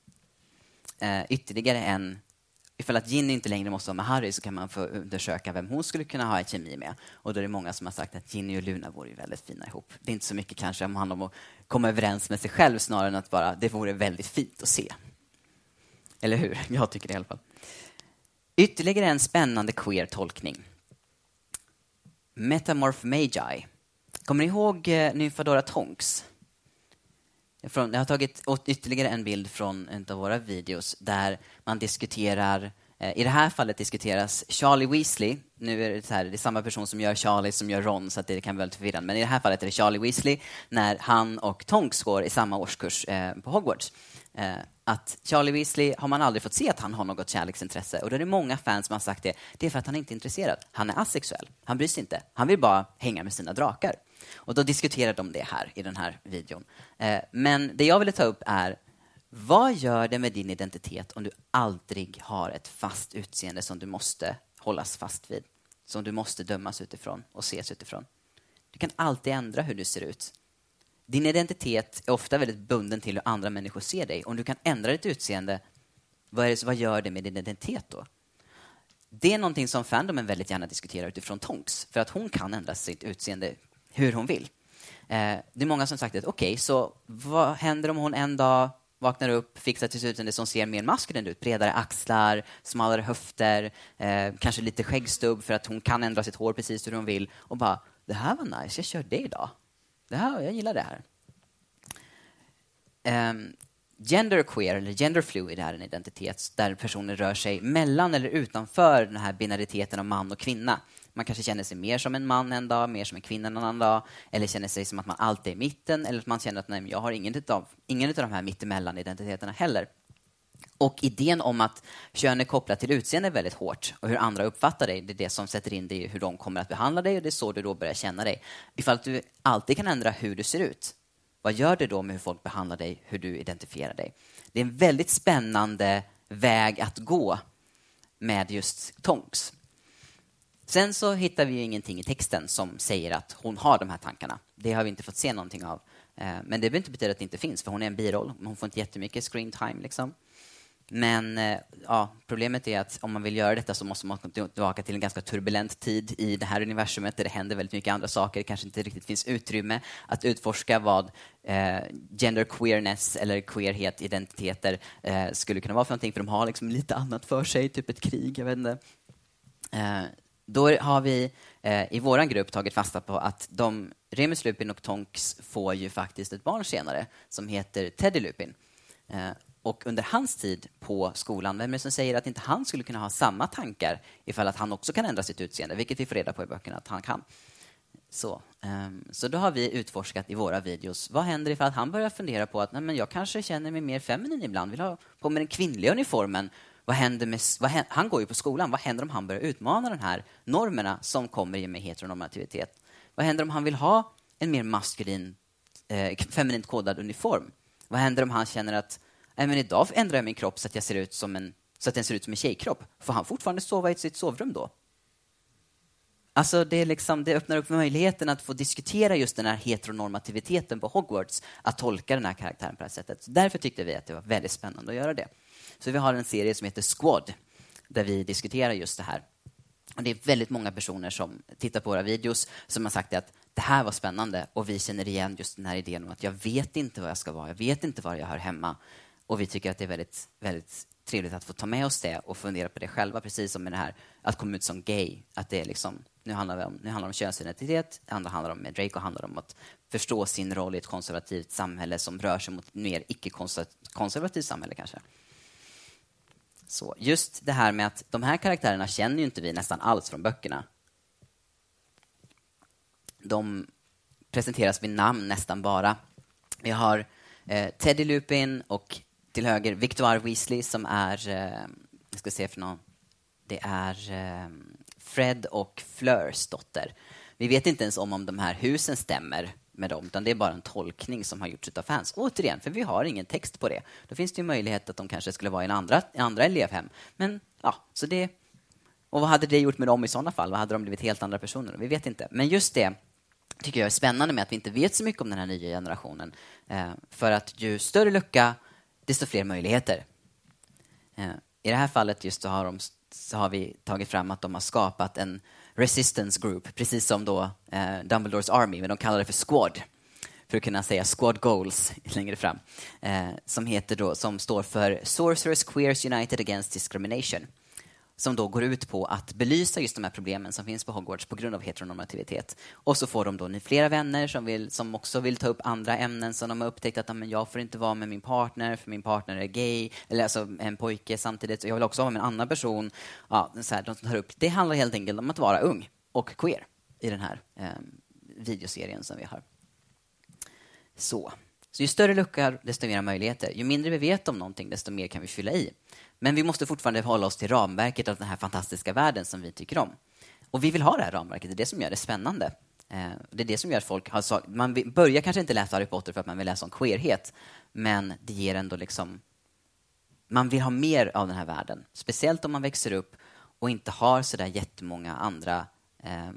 Eh, ytterligare en, ifall att Ginny inte längre måste vara med Harry, så kan man få undersöka vem hon skulle kunna ha ett kemi med. Och då är det många som har sagt att Ginny och Luna vore ju väldigt fina ihop. Det är inte så mycket kanske om han om att komma överens med sig själv, snarare än att bara, det vore väldigt fint att se. Eller hur? Jag tycker det i alla fall. Ytterligare en spännande queer-tolkning. Metamorph Magi. Kommer ni ihåg eh, Nymfadora Tonks? Från, jag har tagit ytterligare en bild från en av våra videos där man diskuterar, eh, i det här fallet diskuteras Charlie Weasley. Nu är det, så här, det är samma person som gör Charlie som gör Ron, så att det kan bli väldigt förvirrande. Men i det här fallet är det Charlie Weasley när han och Tonks går i samma årskurs eh, på Hogwarts. Eh, att Charlie Weasley har man aldrig fått se att han har något kärleksintresse. Och då är det många fans som har sagt det. Det är för att han inte är intresserad. Han är asexuell. Han bryr sig inte. Han vill bara hänga med sina drakar. Och då diskuterar de det här i den här videon. Eh, men det jag ville ta upp är, vad gör det med din identitet om du aldrig har ett fast utseende som du måste hållas fast vid? Som du måste dömas utifrån och ses utifrån. Du kan alltid ändra hur du ser ut. Din identitet är ofta väldigt bunden till hur andra människor ser dig. Om du kan ändra ditt utseende, vad, är det, vad gör det med din identitet då? Det är någonting som fandomen väldigt gärna diskuterar utifrån Tonks. För att hon kan ändra sitt utseende hur hon vill. Eh, det är många som sagt att okej, okay, så vad händer om hon en dag vaknar upp, fixar till utseende som ser mer maskulin ut? Bredare axlar, smalare höfter, eh, kanske lite skäggstubb för att hon kan ändra sitt hår precis hur hon vill. Och bara, det här var nice, jag kör det idag. Det här, jag gillar det här. Um, genderqueer eller genderfluid är en identitet där personer rör sig mellan eller utanför den här binariteten av man och kvinna. Man kanske känner sig mer som en man en dag, mer som en kvinna en annan dag, eller känner sig som att man alltid är i mitten, eller att man känner att nej, jag har ingen av, ingen av de här mittemellan identiteterna heller. Och idén om att kön är kopplat till utseende är väldigt hårt. Och hur andra uppfattar dig, det är det som sätter in dig i hur de kommer att behandla dig. Och det är så du då börjar känna dig. Ifall du alltid kan ändra hur du ser ut, vad gör det då med hur folk behandlar dig, hur du identifierar dig? Det är en väldigt spännande väg att gå med just Tonks. Sen så hittar vi ju ingenting i texten som säger att hon har de här tankarna. Det har vi inte fått se någonting av. Men det behöver inte betyda att det inte finns, för hon är en biroll. Hon får inte jättemycket screen time liksom. Men ja, problemet är att om man vill göra detta så måste man tillbaka till en ganska turbulent tid i det här universumet där det händer väldigt mycket andra saker. Det kanske inte riktigt finns utrymme att utforska vad eh, genderqueerness eller queerhet, identiteter eh, skulle kunna vara för någonting. För de har liksom lite annat för sig, typ ett krig, jag vet inte. Eh, då har vi eh, i våran grupp tagit fasta på att de, Remus Lupin och Tonks får ju faktiskt ett barn senare som heter Teddy Lupin. Eh, Och under hans tid på skolan, vem är det som säger att inte han skulle kunna ha samma tankar ifall att han också kan ändra sitt utseende, vilket vi får reda på i böckerna att han kan. Så, um, så då har vi utforskat i våra videos. Vad händer ifall att han börjar fundera på att nej, men jag kanske känner mig mer feminin ibland, vill ha på med den kvinnliga uniformen. Vad händer med, vad händer, han går ju på skolan, vad händer om han börjar utmana de här normerna som kommer med heteronormativitet? Vad händer om han vill ha en mer maskulin, eh, feminint kodad uniform? Vad händer om han känner att men idag ändrar jag min kropp så att jag ser ut som en, så att den ser ut som en tjejkropp? Får han fortfarande sova i sitt sovrum då? Alltså det, är liksom, det öppnar upp möjligheten att få diskutera just den här heteronormativiteten på Hogwarts, att tolka den här karaktären på det här sättet. Så därför tyckte vi att det var väldigt spännande att göra det. Så vi har en serie som heter Squad där vi diskuterar just det här. Och det är väldigt många personer som tittar på våra videos som har sagt att det här var spännande, och vi känner igen just den här idén om att jag vet inte vad jag ska vara, jag vet inte var jag hör hemma. Och vi tycker att det är väldigt, väldigt trevligt att få ta med oss det och fundera på det själva, precis som med det här att komma ut som gay. Att det är liksom, nu handlar det om, nu handlar det om könsidentitet, det andra handlar om, med Draco handlar om att förstå sin roll i ett konservativt samhälle som rör sig mot ett mer icke-konservativt samhälle kanske. Så just det här med att de här karaktärerna känner ju inte vi nästan alls från böckerna. De presenteras vid namn nästan bara. Vi har eh, Teddy Lupin och till höger Victoire Weasley som är, eh, jag ska se för någon, det är eh, Fred och Fleurs dotter. Vi vet inte ens om, om de här husen stämmer med dem, utan det är bara en tolkning som har gjorts av fans. Återigen, för vi har ingen text på det. Då finns det ju möjlighet att de kanske skulle vara i en andra, en andra elevhem. Men ja, så det... Och vad hade det gjort med dem i sådana fall? Vad hade de blivit helt andra personer? Vi vet inte. Men just det tycker jag är spännande med att vi inte vet så mycket om den här nya generationen. Eh, för att ju större lucka, desto fler möjligheter. Eh, I det här fallet just så har, de, så har vi tagit fram att de har skapat en resistance group, precis som då eh, Dumbledores Army, men de kallar det för Squad för att kunna säga Squad Goals längre fram, eh, som heter då, som står för Sorcerers Queers United Against Discrimination, som då går ut på att belysa just de här problemen som finns på Hogwarts på grund av heteronormativitet. Och så får de då flera vänner som, vill, som också vill ta upp andra ämnen som de har upptäckt att men jag får inte vara med min partner för min partner är gay, eller alltså en pojke samtidigt, och jag vill också vara med en annan person. Ja, så här, de tar upp. Det handlar helt enkelt om att vara ung och queer i den här eh, videoserien som vi har. Så. Så ju större lucka, desto mer möjligheter. Ju mindre vi vet om någonting, desto mer kan vi fylla i. Men vi måste fortfarande hålla oss till ramverket av den här fantastiska världen som vi tycker om. Och vi vill ha det här ramverket, det är det som gör det spännande. Eh, det är det som gör att folk har sagt, man vill, börjar kanske inte läsa Harry Potter för att man vill läsa om queerhet, men det ger ändå liksom, man vill ha mer av den här världen. Speciellt om man växer upp och inte har så där jättemånga andra eh,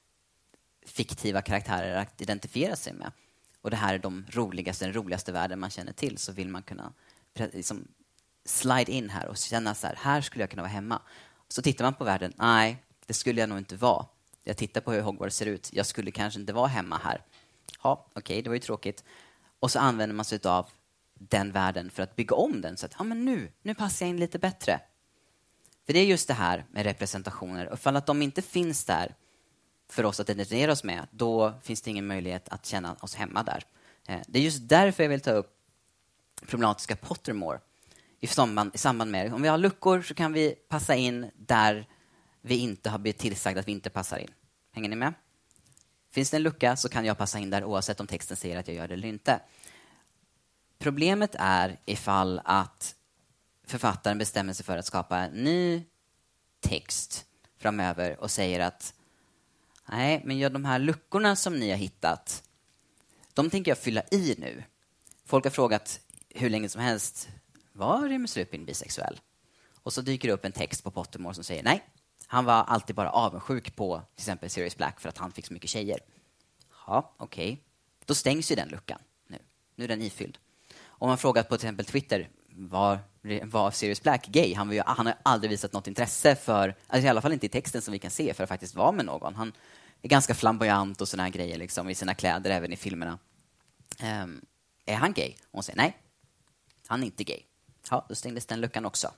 fiktiva karaktärer att identifiera sig med. Och det här är de roligaste, den roligaste världen man känner till, så vill man kunna liksom slide in här och känna så här, här skulle jag kunna vara hemma. Så tittar man på världen, nej, det skulle jag nog inte vara. Jag tittar på hur Hogwarts ser ut, jag skulle kanske inte vara hemma här. Ja, okej, okay, det var ju tråkigt. Och så använder man sig av den världen för att bygga om den så att, ja men nu, nu passar jag in lite bättre. För det är just det här med representationer. Och för att de inte finns där för oss att identifiera oss med, då finns det ingen möjlighet att känna oss hemma där. Det är just därför jag vill ta upp problematiska Pottermore i samband, i samband med, om vi har luckor så kan vi passa in där vi inte har blivit tillsagda att vi inte passar in. Hänger ni med? Finns det en lucka så kan jag passa in där oavsett om texten säger att jag gör det eller inte. Problemet är ifall att författaren bestämmer sig för att skapa en ny text framöver och säger att nej, men gör de här luckorna som ni har hittat, de tänker jag fylla i nu. Folk har frågat hur länge som helst, var Remus Lupin bisexuell? Och så dyker det upp en text på Pottermore som säger nej, han var alltid bara avundsjuk på till exempel Sirius Black för att han fick så mycket tjejer. Ja, okej. Okay. Då stängs ju den luckan nu. Nu är den ifylld. Om man frågat på till exempel Twitter, var, var Sirius Black gay? Han, var ju, han har aldrig visat något intresse för, alltså i alla fall inte i texten som vi kan se, för att faktiskt vara med någon. Han är ganska flamboyant och såna här grejer liksom, i sina kläder, även i filmerna. Um, är han gay? Och hon säger nej, han är inte gay. Ja, då stängdes den luckan också.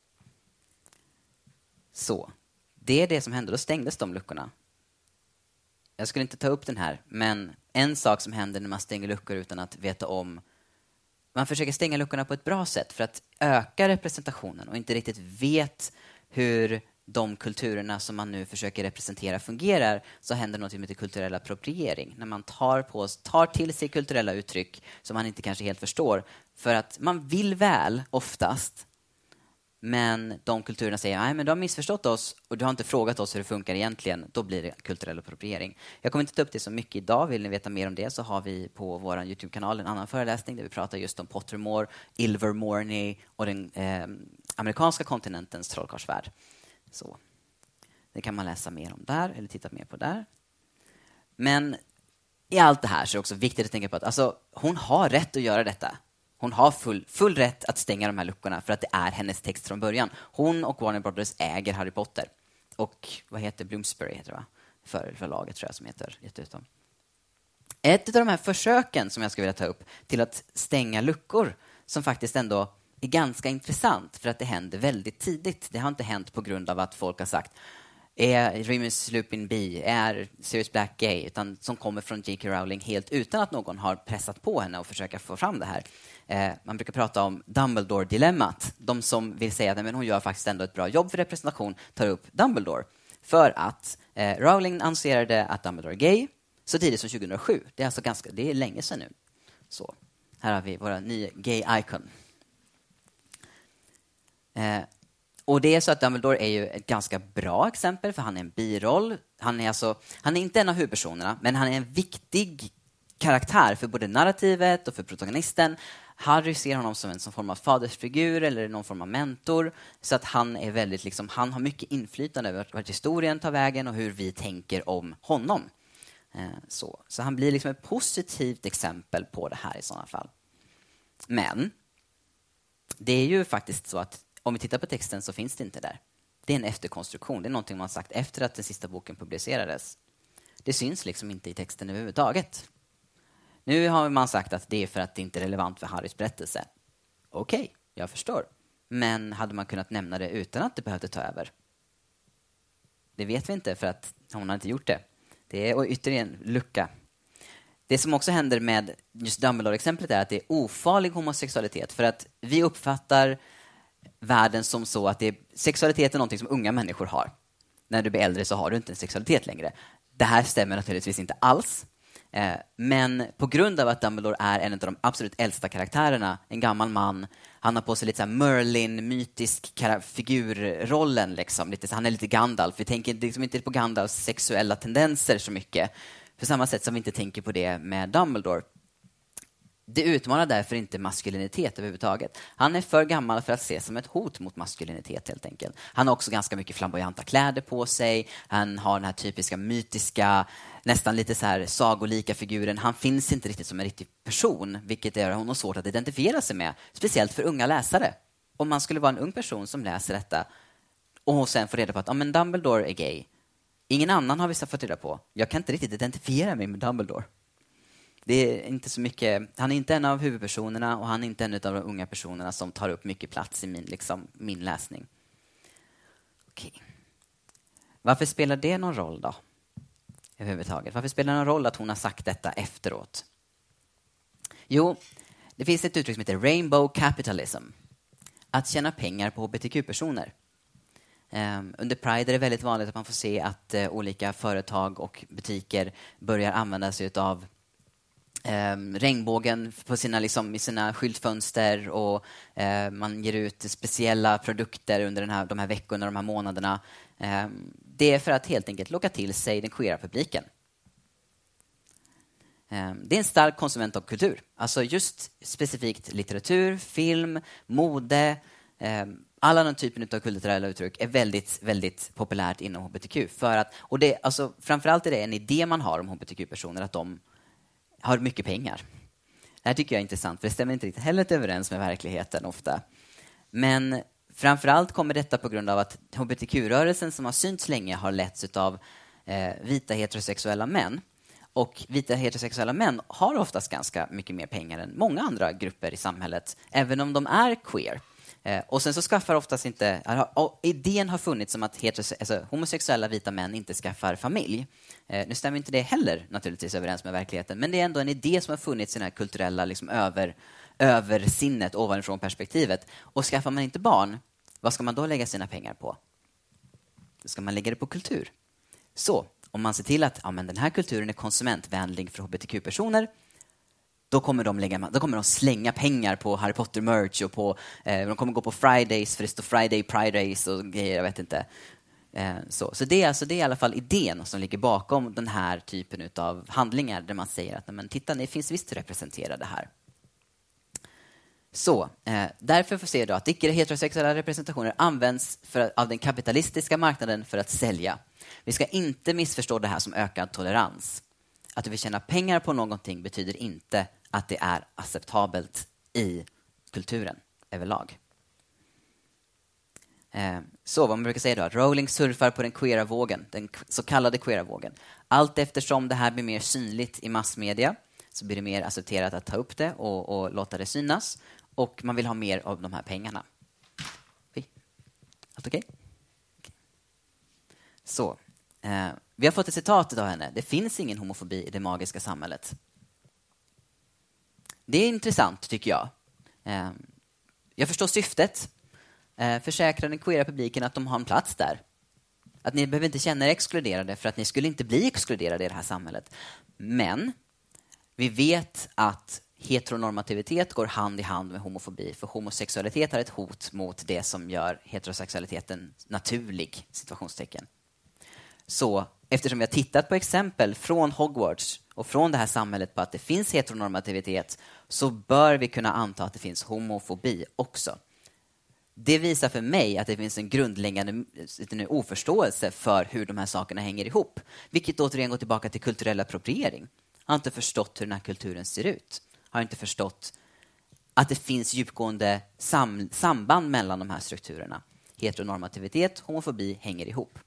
Så, det är det som hände. Då stängdes de luckorna. Jag skulle inte ta upp den här, men en sak som händer när man stänger luckor utan att veta om, man försöker stänga luckorna på ett bra sätt för att öka representationen och inte riktigt vet hur de kulturerna som man nu försöker representera fungerar, så händer något som heter kulturell appropriering. När man tar, på, tar till sig kulturella uttryck som man inte kanske helt förstår, för att man vill väl oftast, men de kulturerna säger nej, men du har missförstått oss och du har inte frågat oss hur det funkar egentligen. Då blir det kulturell appropriering. Jag kommer inte ta upp det så mycket idag. Vill ni veta mer om det så har vi på vår YouTube-kanal en annan föreläsning där vi pratar just om Pottermore, Ilvermorny och den eh, amerikanska kontinentens trollkarlsvärld. Så det kan man läsa mer om där eller titta mer på där. Men i allt det här så är det också viktigt att tänka på att alltså, hon har rätt att göra detta. Hon har full, full rätt att stänga de här luckorna för att det är hennes text från början. Hon och Warner Brothers äger Harry Potter. Och vad heter Bloomsbury heter det va? För, förlaget tror jag som heter jätteutom. Ett av de här försöken som jag skulle vilja ta upp till att stänga luckor som faktiskt ändå är ganska intressant för att det händer väldigt tidigt. Det har inte hänt på grund av att folk har sagt är Remus Lupin bi, är Sirius Black gay, utan som kommer från J K Rowling helt utan att någon har pressat på henne och försöka få fram det här. Eh, man brukar prata om Dumbledore-dilemmat. De som vill säga att men hon gör faktiskt ändå ett bra jobb för representation tar upp Dumbledore. För att eh, Rowling annonserade att Dumbledore är gay så tidigt som tjugohundrasju. Det är alltså ganska, det är länge sedan nu. Så, här har vi våra nya gay-icon. Eh, och det är så att Dumbledore är ju ett ganska bra exempel, för han är en biroll. Han är, alltså, han är inte en av huvudpersonerna, men han är en viktig karaktär för både narrativet och för protagonisten. Harry ser honom som en som form av fadersfigur eller någon form av mentor, så att han är väldigt liksom, han har mycket inflytande över vart historien tar vägen och hur vi tänker om honom. Eh, så. så han blir liksom ett positivt exempel på det här i sådana fall. Men det är ju faktiskt så att om vi tittar på texten så finns det inte där. Det är en efterkonstruktion. Det är någonting man har sagt efter att den sista boken publicerades. Det syns liksom inte i texten överhuvudtaget. Nu har man sagt att det är för att det inte är relevant för Harrys berättelse. Okej, okay, jag förstår. Men hade man kunnat nämna det utan att det behövde ta över? Det vet vi inte, för att hon har inte gjort det. Det är ytterligare en lucka. Det som också händer med just Dumbledore-exemplet är att det är ofarlig homosexualitet. För att vi uppfattar världen som så att det är, sexualitet är någonting som unga människor har. När du blir äldre så har du inte en sexualitet längre. Det här stämmer naturligtvis inte alls. Eh, men på grund av att Dumbledore är en av de absolut äldsta karaktärerna, en gammal man, han har på sig lite så här Merlin, mytisk kar- figurrollen liksom. Lite, så han är lite Gandalf. Vi tänker liksom inte på Gandalfs sexuella tendenser så mycket. På samma sätt som vi inte tänker på det med Dumbledore. Det utmanar därför inte maskulinitet överhuvudtaget. Han är för gammal för att ses som ett hot mot maskulinitet helt enkelt. Han har också ganska mycket flamboyanta kläder på sig. Han har den här typiska mytiska, nästan lite så här sagolika figuren. Han finns inte riktigt som en riktig person, vilket gör honom svårt att identifiera sig med. Speciellt för unga läsare. Om man skulle vara en ung person som läser detta och sen får reda på att ja, men Dumbledore är gay. Ingen annan har vi fått reda på. Jag kan inte riktigt identifiera mig med Dumbledore. Det är inte så mycket, han är inte en av huvudpersonerna och han är inte en av de unga personerna som tar upp mycket plats i min, liksom, min läsning. Okej. Varför spelar det någon roll då? Överhuvudtaget. Varför spelar det någon roll att hon har sagt detta efteråt? Jo, det finns ett uttryck som heter rainbow capitalism. Att tjäna pengar på H B T Q-personer. Um, under Pride är det väldigt vanligt att man får se att uh, olika företag och butiker börjar använda sig av um, regnbågen på sina, liksom, i sina skyltfönster, och uh, man ger ut speciella produkter under den här, de här veckorna, de här månaderna. Um, det är för att helt enkelt locka till sig den queera publiken. Um, det är en stark konsument av kultur. Alltså just specifikt litteratur, film, mode, um, alla den typen av kulturella uttryck är väldigt, väldigt populärt inom H B T Q. För att, och det, alltså, framförallt är det en idé man har om H B T Q-personer, att de har mycket pengar. Det här tycker jag är intressant, för det stämmer inte riktigt heller överens med verkligheten ofta. Men framförallt kommer detta på grund av att H B T Q-rörelsen som har synts länge har letts av eh, vita heterosexuella män. Och vita heterosexuella män har oftast ganska mycket mer pengar än många andra grupper i samhället, även om de är queer. Eh, och sen så skaffar oftast inte... Och idén har funnits som att heterose- alltså, homosexuella vita män inte skaffar familj. Eh, nu stämmer inte det heller naturligtvis överens med verkligheten, men det är ändå en idé som har funnits i det här kulturella liksom, över, översinnet, ovanifrån perspektivet. Och skaffar man inte barn, vad ska man då lägga sina pengar på? Då ska man lägga det på kultur. Så, om man ser till att ja, men den här kulturen är konsumentvänlig för H B T Q-personer, Då kommer, de lägga, då kommer de slänga pengar på Harry Potter-merch och på, eh, de kommer gå på Fridays, för det står Friday Pride Days och grejer, jag vet inte. Eh, så så det, är alltså, det är i alla fall idén som ligger bakom den här typen av handlingar där man säger att men, titta, det finns visst representerade här. Så, eh, därför får se då att icke-heterosexuella representationer används för, av den kapitalistiska marknaden för att sälja. Vi ska inte missförstå det här som ökad tolerans. Att du vill tjäna pengar på någonting betyder inte att det är acceptabelt i kulturen överlag. Eh, så vad man brukar säga då, att Rowling surfar på den queera vågen, den så kallade queera vågen. Allt eftersom det här blir mer synligt i massmedia så blir det mer accepterat att ta upp det och, och låta det synas. Och man vill ha mer av de här pengarna. Allt okej? Okay? Okay. Så, eh, vi har fått ett citat av henne. Det finns ingen homofobi i det magiska samhället. Det är intressant, tycker jag. Eh, jag förstår syftet. Eh, försäkra den queera publiken att de har en plats där. Att ni behöver inte känna er exkluderade, för att ni skulle inte bli exkluderade i det här samhället. Men vi vet att heteronormativitet går hand i hand med homofobi. För homosexualitet är ett hot mot det som gör heterosexualiteten naturlig, situationstecken. Så eftersom vi har tittat på exempel från Hogwarts och från det här samhället på att det finns heteronormativitet, så bör vi kunna anta att det finns homofobi också. Det visar för mig att det finns en grundläggande en oförståelse för hur de här sakerna hänger ihop. Vilket återigen går tillbaka till kulturell appropriering. Har inte förstått hur den här kulturen ser ut. Har inte förstått att det finns djupgående sam- samband mellan de här strukturerna. Heteronormativitet, homofobi hänger ihop.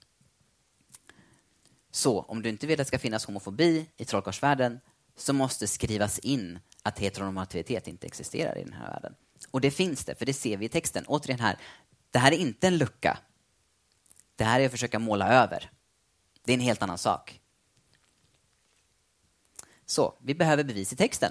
Så om du inte vill att det ska finnas homofobi i trollkarlsvärlden, så måste skrivas in att heteronormativitet inte existerar i den här världen. Och det finns det, för det ser vi i texten. Återigen här, det här är inte en lucka. Det här är att försöka måla över. Det är en helt annan sak. Så, vi behöver bevis i texten.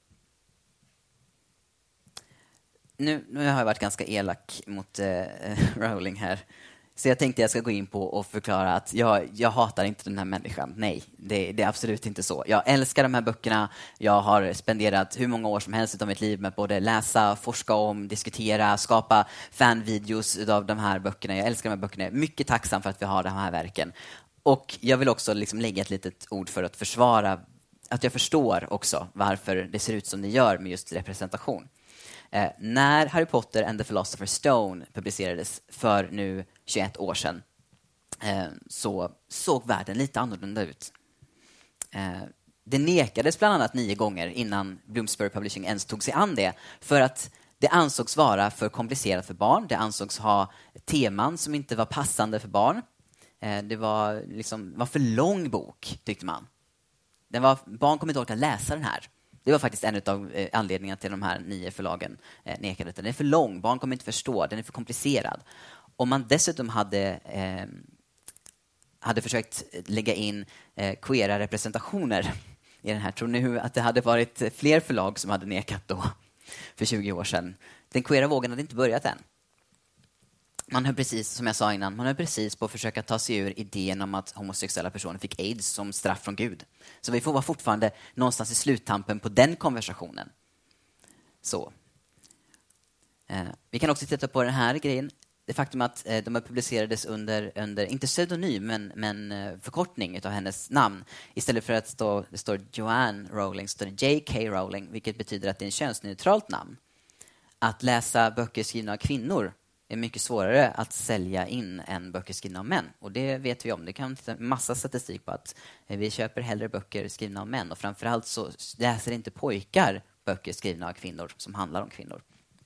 Nu, nu har jag varit ganska elak mot eh, Rowling här. Så jag tänkte jag ska gå in på och förklara att jag, jag hatar inte den här människan. Nej, det, det är absolut inte så. Jag älskar de här böckerna. Jag har spenderat hur många år som helst av mitt liv med att både läsa, forska om, diskutera, skapa fanvideos av de här böckerna. Jag älskar de här böckerna. Jag är mycket tacksam för att vi har de här verken. Och jag vill också liksom lägga ett litet ord för att försvara att jag förstår också varför det ser ut som det gör med just representation. Eh, när Harry Potter and the Philosopher's Stone publicerades för nu tjugoett år sedan, eh, så såg världen lite annorlunda ut. Eh, det nekades bland annat nio gånger innan Bloomsbury Publishing ens tog sig an det, för att det ansågs vara för komplicerat för barn. Det ansågs ha teman som inte var passande för barn. Eh, det var, liksom, var för lång bok, tyckte man. Den var, barn kommer inte orka läsa den här. Det var faktiskt en av eh, anledningarna till de här nio förlagen eh, nekade. Den är för lång, barn kommer inte förstå, den är för komplicerad. Om man dessutom hade, eh, hade försökt lägga in eh, queera representationer i den här, tror ni att det hade varit fler förlag som hade nekat då för tjugo år sedan? Den queera vågen hade inte börjat än. Man höll precis, som jag sa innan, man höll precis på att försöka ta sig ur idén om att homosexuella personer fick aids som straff från Gud. Så vi får vara fortfarande någonstans i sluttampen på den konversationen. Så. Eh, vi kan också titta på den här grejen. Det faktum att eh, de publicerades under, under inte pseudonym, men, men eh, förkortning av hennes namn. Istället för att stå, det står Joanne Rowling, står det J K Rowling, vilket betyder att det är en könsneutralt namn. Att läsa böcker skrivna av kvinnor är mycket svårare att sälja in än böcker skrivna av män. Och det vet vi om. Det kan massa statistik på att vi köper hellre böcker skrivna av män. Och framförallt så läser inte pojkar böcker skrivna av kvinnor som handlar om kvinnor.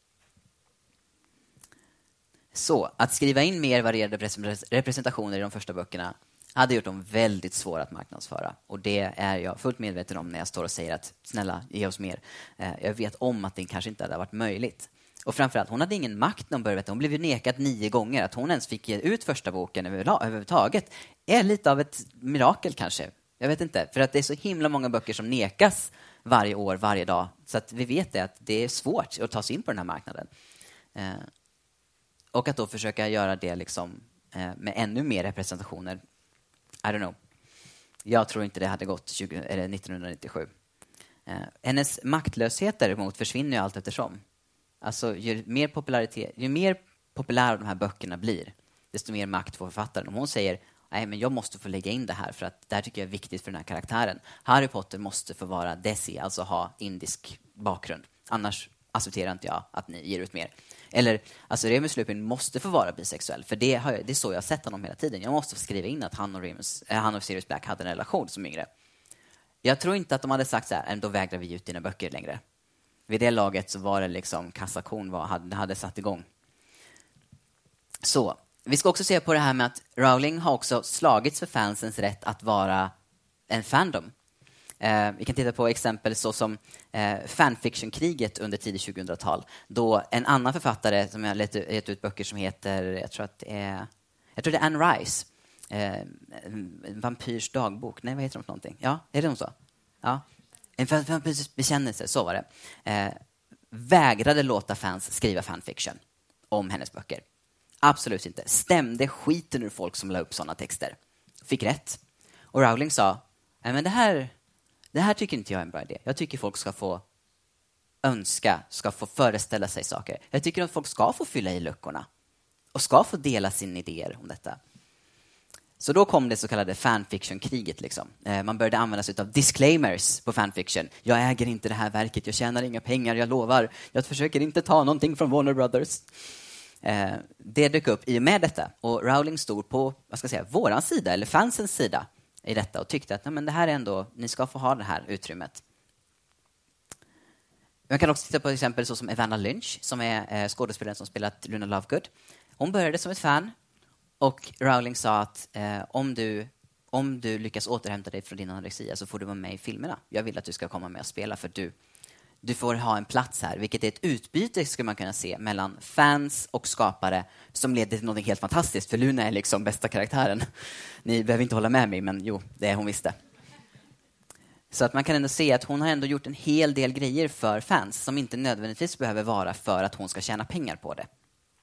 Så att skriva in mer varierade representationer i de första böckerna hade gjort dem väldigt svåra att marknadsföra. Och det är jag fullt medveten om när jag står och säger att snälla, ge oss mer. Jag vet om att det kanske inte hade varit möjligt. Och framförallt, hon hade ingen makt när hon började. Hon blev ju nekad nio gånger. Att hon ens fick ge ut första boken överhuvudtaget är lite av ett mirakel kanske. Jag vet inte. För att det är så himla många böcker som nekas varje år, varje dag. Så att vi vet det, att det är svårt att ta sig in på den här marknaden. Eh, och att då försöka göra det liksom, eh, med ännu mer representationer. I don't know. Jag tror inte det hade gått tjugo, eller nittonhundranittiosju. Eh, hennes maktlöshet däremot försvinner ju allt eftersom. Alltså, ju mer, popularitet, ju mer populära de här böckerna blir, desto mer makt får författaren. Om hon säger, nej men jag måste få lägga in det här för att det här tycker jag är viktigt för den här karaktären. Harry Potter måste få vara desi, alltså ha indisk bakgrund. Annars accepterar inte jag att ni ger ut mer. Eller, alltså Remus Lupin måste få vara bisexuell, för det, har jag, det är så jag har sett honom hela tiden. Jag måste få skriva in att han och, Remus, äh, han och Sirius Black hade en relation som yngre. Jag tror inte att de hade sagt så här, då vägrar vi ut dina böcker längre. Vid det laget så var det liksom kassakon var, hade, hade satt igång. Så, vi ska också se på det här med att Rowling har också slagits för fansens rätt att vara en fandom. Eh, vi kan titta på exempel så som eh, fanfiction-kriget under tidigt tjugohundratal. Då en annan författare som har gett ut böcker som heter, jag tror att det är, jag tror det är Anne Rice. eh, en vampyrs dagbok. Nej, vad heter de för någonting? Ja, är det de så? Ja. En vampyrs bekännelse, så var det. Eh, vägrade låta fans skriva fanfiction om hennes böcker. Absolut inte. Stämde skiten ur folk som la upp sådana texter. Fick rätt. Och Rowling sa, nej men det här, det här tycker inte jag är en bra idé. Jag tycker folk ska få önska, ska få föreställa sig saker. Jag tycker att folk ska få fylla i luckorna. Och ska få dela sina idéer om detta. Så då kom det så kallade fanfiction-kriget. Liksom. Eh, man började använda sig av disclaimers på fanfiction. Jag äger inte det här verket, jag tjänar inga pengar, jag lovar. Jag försöker inte ta någonting från Warner Brothers. Eh, det dök upp i och med detta. Och Rowling stod på, vad ska jag säga, våran sida, eller fansens sida i detta. Och tyckte att nej, men det här är ändå, ni ska få ha det här utrymmet. Man kan också titta på exempel så som Evanna Lynch, som är eh, skådespelaren som spelat Luna Lovegood. Hon började som ett fan. Och Rowling sa att eh, om, du, om du lyckas återhämta dig från din anorexia så får du vara med i filmerna. Jag vill att du ska komma med och spela för du, du får ha en plats här. Vilket är ett utbyte, skulle man kunna se, mellan fans och skapare som leder till något helt fantastiskt. För Luna är liksom bästa karaktären. Ni behöver inte hålla med mig, men jo, det är hon visste. Så att man kan ändå se att hon har ändå gjort en hel del grejer för fans som inte nödvändigtvis behöver vara för att hon ska tjäna pengar på det.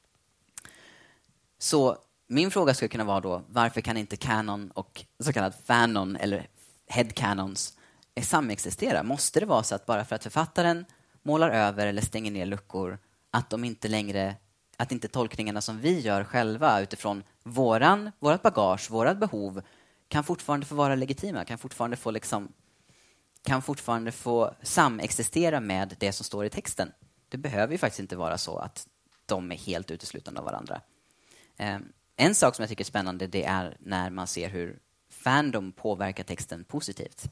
Så min fråga skulle kunna vara då, varför kan inte canon och så kallad fanon eller headcanons samexistera? Måste det vara så att bara för att författaren målar över eller stänger ner luckor, att de inte längre, att inte tolkningarna som vi gör själva utifrån våran, vårat bagage, vårat behov kan fortfarande få vara legitima, kan fortfarande få liksom kan fortfarande få samexistera med det som står i texten. Det behöver ju faktiskt inte vara så att de är helt uteslutande av varandra. Eh, en sak som jag tycker är spännande, det är när man ser hur fandom påverkar texten positivt.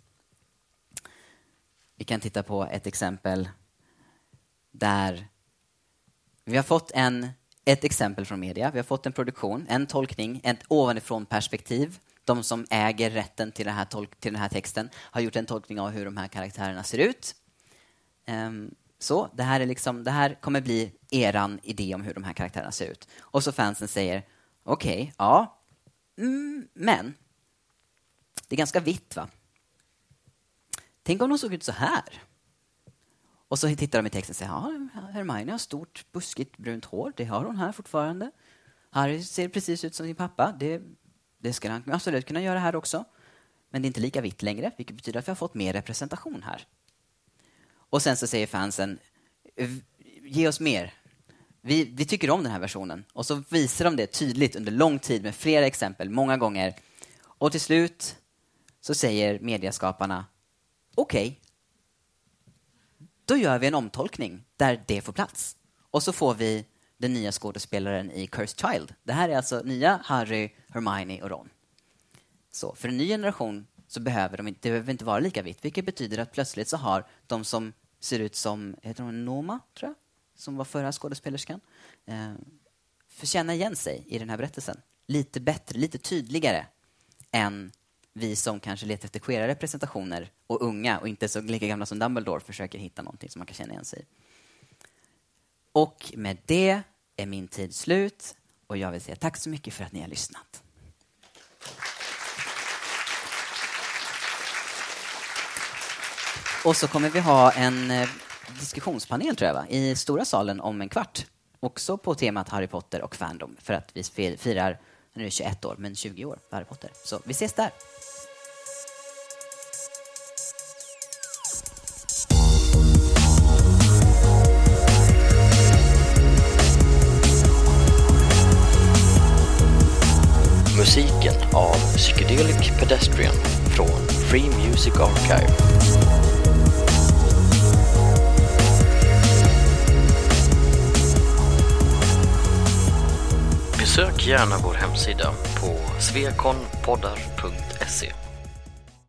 Vi kan titta på ett exempel där vi har fått en, ett exempel från media. Vi har fått en produktion, en tolkning, ett ovanifrån perspektiv. De som äger rätten till den här, tolk- till den här texten har gjort en tolkning av hur de här karaktärerna ser ut. Um, så det här, är liksom, det här kommer bli eran idé om hur de här karaktärerna ser ut. Och så fansen säger, okej, okay, ja, mm, men det är ganska vitt, va? Tänk om de såg ut så här. Och så tittar de i texten och säger, ja, Hermione har stort, buskigt, brunt hår. Det har hon här fortfarande. Harry ser precis ut som sin pappa. Det, det ska han absolut kunna göra här också. Men det är inte lika vitt längre, vilket betyder att vi har fått mer representation här. Och sen så säger fansen, ge oss mer. Vi, vi tycker om den här versionen. Och så visar de det tydligt under lång tid med flera exempel, många gånger. Och till slut så säger medieskaparna, okej, okay, då gör vi en omtolkning där det får plats. Och så får vi den nya skådespelaren i Cursed Child. Det här är alltså nya Harry, Hermione och Ron. Så för en ny generation så behöver de inte, det behöver inte vara lika vitt. Vilket betyder att plötsligt så har de som ser ut som, heter hon Noma, tror jag, som var förra skådespelerskan, eh, får känna igen sig i den här berättelsen. Lite bättre, lite tydligare än vi som kanske letar efter queera representationer och unga och inte så lika gamla som Dumbledore försöker hitta någonting som man kan känna igen sig i. Och med det är min tid slut och jag vill säga tack så mycket för att ni har lyssnat. Och så kommer vi ha en eh, diskussionspanel, tror jag, va? I stora salen om en kvart. Också på temat Harry Potter och fandom. För att vi firar, nu är det tjugoett år, men tjugo år för Harry Potter. Så vi ses där. Musiken av Psychedelic Pedestrian från Free Music Archive. Besök gärna vår hemsida på svekonpoddar punkt se.